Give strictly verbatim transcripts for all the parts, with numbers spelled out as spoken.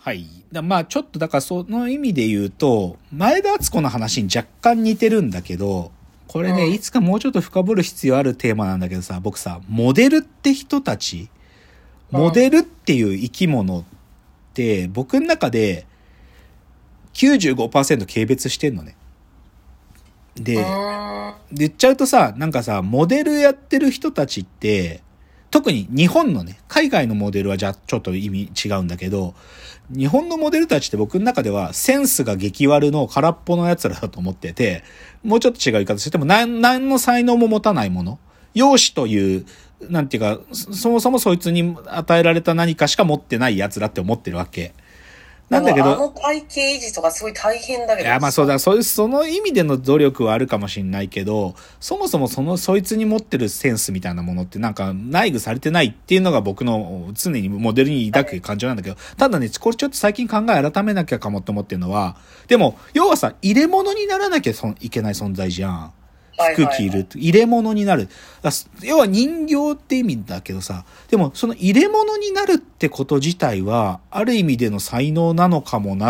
はい。だまあちょっとだからその意味で言うと、前田敦子の話に若干似てるんだけど、これね、うん、いつかもうちょっと深掘る必要あるテーマなんだけどさ、僕さ、モデルって人たち、モデルっていう生き物って、僕の中で きゅうじゅうごパーセント 軽蔑してんのね。で、言っちゃうとさ、なんかさ、モデルやってる人たちって、特に日本のね、海外のモデルはじゃあちょっと意味違うんだけど、日本のモデルたちって僕の中ではセンスが激悪の空っぽの奴らだと思ってて、もうちょっと違う言い方しても何、何の才能も持たないもの。容姿という、なんていうか、そもそもそいつに与えられた何かしか持ってない奴らって思ってるわけ。 なんだけど。あの体型維持とかすごい大変だけど。 いや、まあそうだ、そういう、その意味での努力はあるかもしれないけど、そもそもその、そいつに持ってるセンスみたいなものってなんか内具されてないっていうのが僕の常にモデルに抱く感情なんだけど、ただね、これちょっと最近考え改めなきゃかもって思ってるのは、でも、要はさ、入れ物にならなきゃいけない存在じゃん。服着る、入れ物になる。要は人形って意味だけどさ、でもその入れ物になるってこと自体は、ある意味での才能なのかもなって、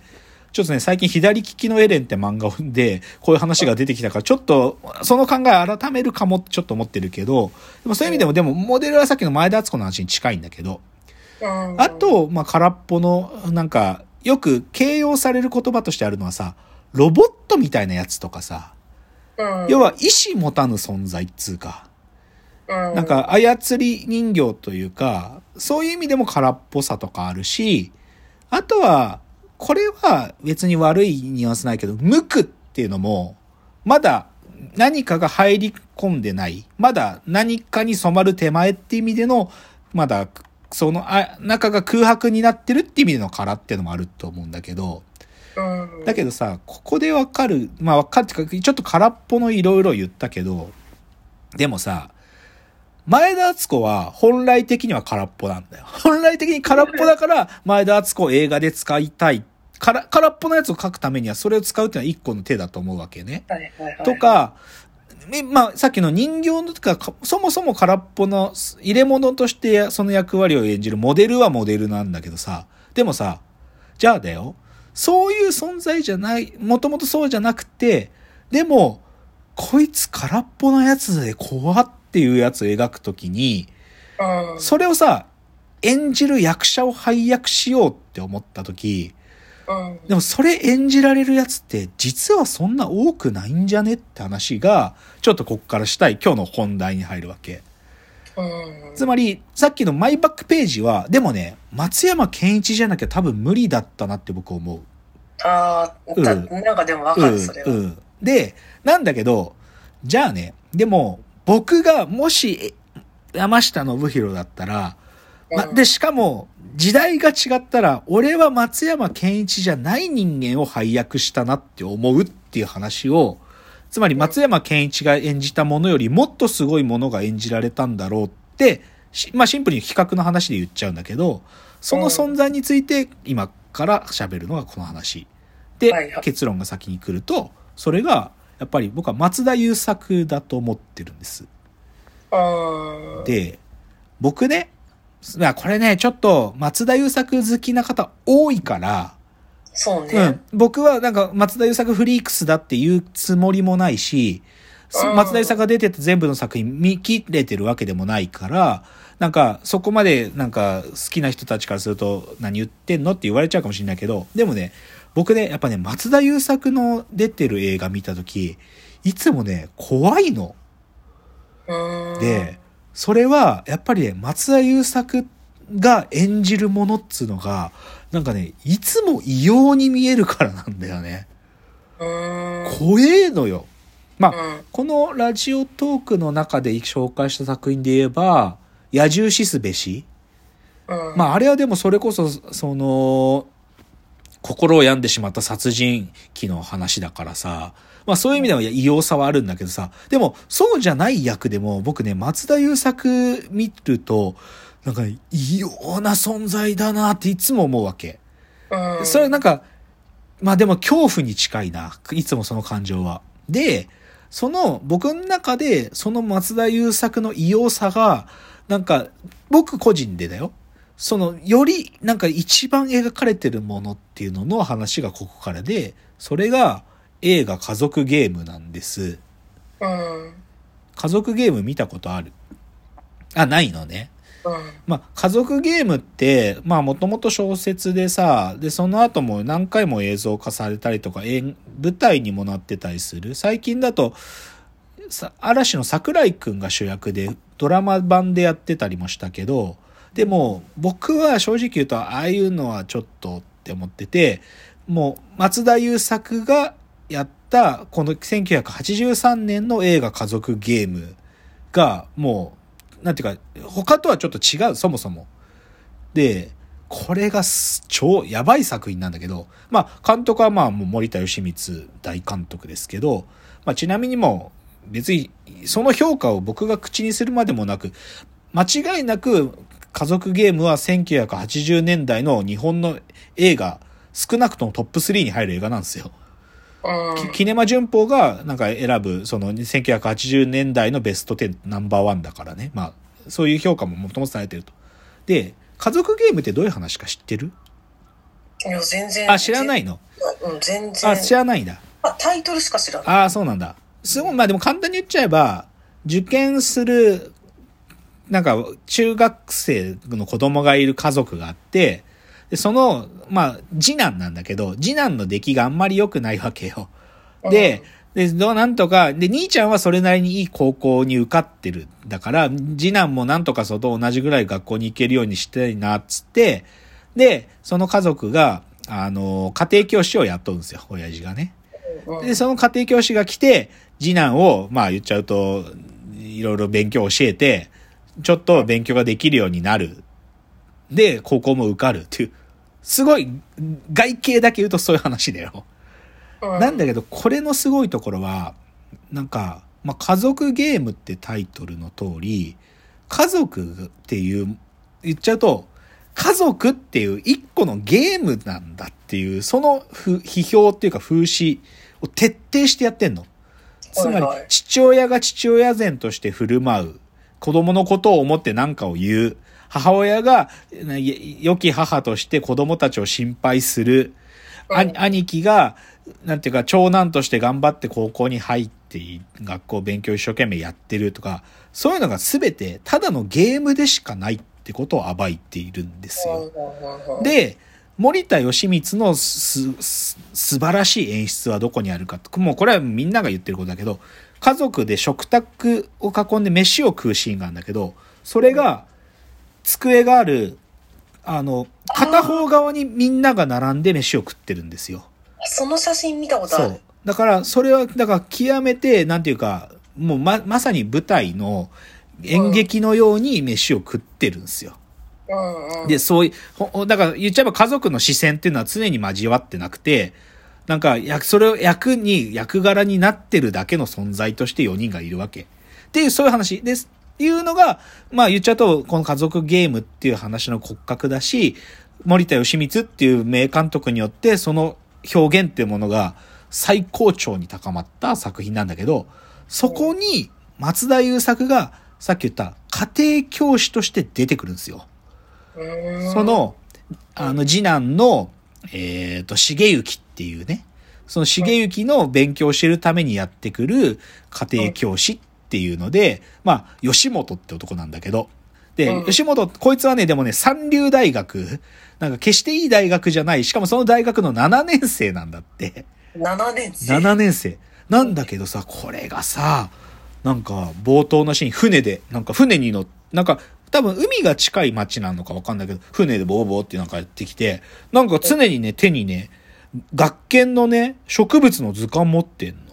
ちょっとね、最近左利きのエレンって漫画で、こういう話が出てきたから、ちょっと、その考え改めるかもってちょっと思ってるけど、でもそういう意味でも、でも、モデルはさっきの前田敦子の話に近いんだけど、あと、まあ、空っぽの、なんか、よく形容される言葉としてあるのはさ、ロボットみたいなやつとかさ、要は意志持たぬ存在っつうか、なんか操り人形というか、そういう意味でも空っぽさとかあるし、あとは、これは別に悪いニュアンスないけど、無垢っていうのも、まだ何かが入り込んでない、まだ何かに染まる手前っていう意味での、まだそのあ中が空白になってるっていう意味での空っていうのもあると思うんだけど、だけどさ、ここでわかる、まあわかるっていうか、ちょっと空っぽのいろいろ言ったけど、でもさ、前田敦子は本来的には空っぽなんだよ。本来的に空っぽだから、前田敦子を映画で使いたい。空、空っぽのやつを描くためにはそれを使うっていうのは一個の手だと思うわけね。 はいはいはい、 とか、まあ、さっきの人形のとか、そもそも空っぽの入れ物としてその役割を演じるモデルはモデルなんだけどさ、でもさ、じゃあだよ、そういう存在じゃない、もともとそうじゃなくて、でも、こいつ空っぽのやつで怖っていうやつを描くときに、それをさ、演じる役者を配役しようって思ったとき、でもそれ演じられるやつって実はそんな多くないんじゃねって話が、ちょっとこっからしたい今日の本題に入るわけ。つまり、さっきのマイバックページは、でもね、松山ケンイチじゃなきゃ多分無理だったなって僕思う。 ああ、うん、なんかでもわかる、それは、 うんうん。で、なんだけど、じゃあね、でも、僕がもし、山下信弘だったら、ま、で、しかも、時代が違ったら、俺は松山ケンイチじゃない人間を配役したなって思うっていう話を、つまり松山ケンイチが演じたものよりもっとすごいものが演じられたんだろうって、まあシンプルに比較の話で言っちゃうんだけど、その存在について今から喋るのがこの話。で、はいはい、結論が先に来ると、それが、やっぱり僕は松田優作だと思ってるんです。で、僕ね、これね、ちょっと松田優作好きな方多いから、 そうね。 うん。僕はなんか松田優作フリークスだって言うつもりもないし、松田優作が出てた全部の作品見切れてるわけでもないから、なんかそこまでなんか好きな人たちからすると何言ってんのって言われちゃうかもしれないけど、でもね、僕ね、やっぱね、松田優作の出てる映画見たとき、いつもね、怖いの。で、それは、やっぱりね、松田優作が演じるものっつうのが、なんかね、いつも異様に見えるからなんだよね。怖えのよ。まあ、このラジオトークの中で紹介した作品で言えば、野獣死すべし。まあ、あれはでもそれこそ、その、心を病んでしまった殺人鬼の話だからさ、まあそういう意味では異様さはあるんだけどさ、でもそうじゃない役でも僕ね、松田優作見ると、なんか異様な存在だなっていつも思うわけ。それなんか、まあでも恐怖に近いな、いつもその感情は。で、その僕の中でその松田優作の異様さが、なんか僕個人でだよ。 その、より、なんか一番描かれてるものっていうのの話がここからで、それが映画家族ゲームなんです。 うん。 家族ゲーム見たことある？あ、ないのね。 うん。 まあ、家族ゲームって、まあ、もともと小説でさ、で、その後も何回も映像化されたりとか、舞台にもなってたりする。最近だと、嵐の桜井くんが主役でドラマ版でやってたりもしたけど、でも僕は正直言うとああいうのはちょっとって思ってて、もう松田優作がやったこのせんきゅうひゃくはちじゅうさんねんの映画家族ゲームがもうなんていうか他とはちょっと違う、そもそもで、これが超やばい作品なんだけど、まあ監督はまあもう森田義満大監督ですけど、まあちなみにもう別にその評価を僕が口にするまでもなく、間違いなく家族ゲームはせんきゅうひゃくはちじゅうねんだいの日本の映画少なくともトップスリーに入る映画なんですよ。 うん、 キネマ旬報がなんか選ぶそのせんきゅうひゃくはちじゅうねんだいのベストじゅうナンバーワンだからね。まあそういう評価ももともとされてると。で、家族ゲームってどういう話か知ってる？ いや全然。 あ、知らないの？ うん、全然。 あ、知らないんだ。 あ、タイトルしか知らない。 ああ、そうなんだ。すごい、まあでも簡単に言っちゃえば、受験するなんか中学生の子供がいる家族があって、でそのまあ次男なんだけど、次男の出来があんまり良くないわけよ。で、でどうなんとかで兄ちゃんはそれなりにいい高校に受かってる。だから次男もなんとかそと同じぐらい学校に行けるようにしたいなっつって、でその家族があの家庭教師を雇うんですよ、親父がね。でその家庭教師が来て次男をまあ言っちゃうといろいろ勉強を教えて。ちょっと勉強ができるようになる。で、高校も受かるっていう。すごい、外形だけ言うとそういう話だよ。 うん、 なんだけど、これのすごいところは、なんか、まあ、家族ゲームってタイトルの通り、家族っていう、言っちゃうと、家族っていう一個のゲームなんだっていう、その批評っていうか風刺を徹底してやってんの。つまり、父親が父親前として振る舞う。子供のことを思って何かを言う。母親が良き母として子供たちを心配する。うん、兄貴が、なんていうか、長男として頑張って高校に入って、学校勉強一生懸命やってるとか、そういうのが全てただのゲームでしかないってことを暴いているんですよ。で、森田義満のす、す、素晴らしい演出はどこにあるか。もうこれはみんなが言ってることだけど、家族で食卓を囲んで飯を食うシーンがあるんだけど、それが机がある、あの、片方側にみんなが並んで飯を食ってるんですよ。 その写真見たことある。そう。 だからそれは、だから極めて、なんていうか、もうま、まさに舞台の演劇のように飯を食ってるんですよ。 うんうん、 で、そういう、だから言っちゃえば家族の視線っていうのは常に交わってなくて、なんか、それを役に、役柄になってるだけの存在としてよにんがいるわけ。っていう、そういう話です。っていうのが、まあ言っちゃうと、この家族ゲームっていう話の骨格だし、森田義満っていう名監督によって、その表現っていうものが最高潮に高まった作品なんだけど、そこに松田優作が、さっき言った家庭教師として出てくるんですよ。その、あの、次男の、えっと、重幸っていうね、その重幸の勉強をしてるためにやってくる家庭教師っていうので、まあ、吉本って男なんだけど、で、吉本、こいつはね、でもね、三流大学、なんか決していい大学じゃない、しかもその大学のななねん生なんだって。 ななねん生 ?ななねん生。なんだけどさ、これがさ、なんか冒頭のシーン、船で、なんか船に乗って、なんか、多分海が近い町なのかわかんないけど、船でボーボーってなんかやってきて、なんか常にね、手にね、学研のね、植物の図鑑持ってんの。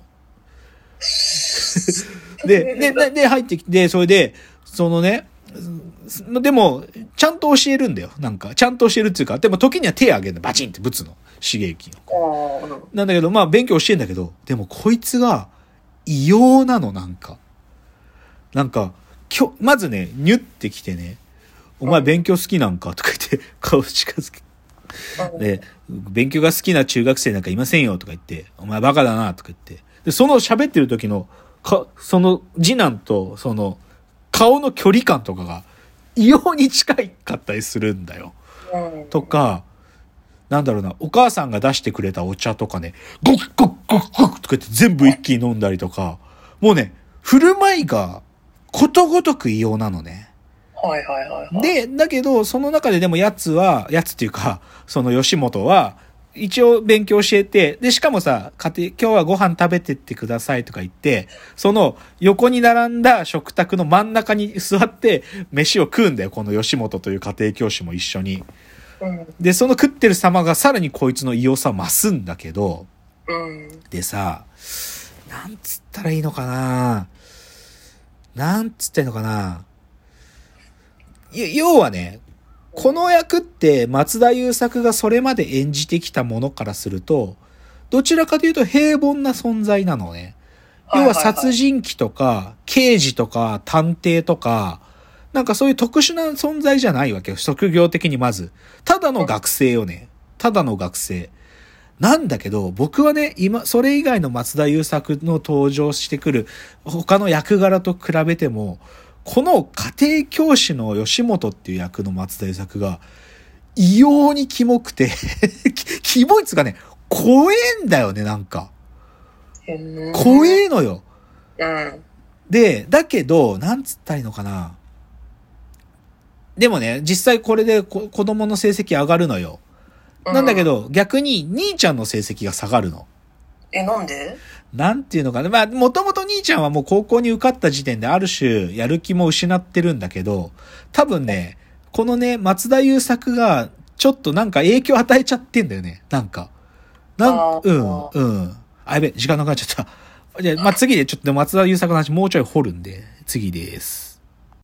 で、で、で、入ってきて、それで、そのね、でも、ちゃんと教えるんだよ。なんか、ちゃんと教えるっていうか、でも時には手挙げるの、バチンってぶつの。刺激の。なんだけど、まあ勉強教えんだけど、でもこいつが異様なの、なんか。なんか、きょ、まずね、ニュってきてね、お前勉強好きなんかとか言って、顔近づけ。で、勉強が好きな中学生なんかいませんよとか言って、お前バカだなとか言って。で、その喋ってる時の、か、その次男と、その、顔の距離感とかが、 異様に近かったりするんだよ。 うん、 とか、なんだろうな、お母さんが出してくれたお茶とかね、ゴクゴクゴクゴクとか言って全部一気に飲んだりとか、もうね、振る舞いがことごとく異様なのね。 はいはいはい、はい。 で、だけど、その中ででもやつは、やつっていうか、その吉本は、一応勉強教えて、で、しかもさ、家庭、今日はご飯食べてってくださいとか言って、その横に並んだ食卓の真ん中に座って飯を食うんだよ、この吉本という家庭教師も一緒に。 うん、 で、その食ってる様がさらにこいつの異様さを増すんだけど、 うん、 でさ、なんつったらいいのかななんつったらいいのかな要はね、この役って松田優作がそれまで演じてきたものからすると、どちらかというと平凡な存在なのね。要は殺人鬼とか、刑事とか、探偵とか、なんかそういう特殊な存在じゃないわけよ。職業的にまず。ただの学生よね。ただの学生。なんだけど、僕はね、今、それ以外の松田優作の登場してくる他の役柄と比べても、この家庭教師の吉本っていう役の松田優作が異様にキモくてキモいっつうかね、怖えんだよね、なんか。怖えのよ。 うん。 で、だけど、なんつったらいいのかな。でもね、実際これで子供の成績上がるのよ。なんだけど、うん、逆に兄ちゃんの成績が下がるの。 え、なんで？ なんていうのかな。まあ、もともと兄ちゃんはもう高校に受かった時点である種やる気も失ってるんだけど、多分ね、このね、松田優作がちょっとなんか影響与えちゃってんだよね。なんか。なん、うん、うん。あ、やべ、時間なくなっちゃった。じゃあ、まあ、次でちょっと松田優作の話もうちょい掘るんで、次です。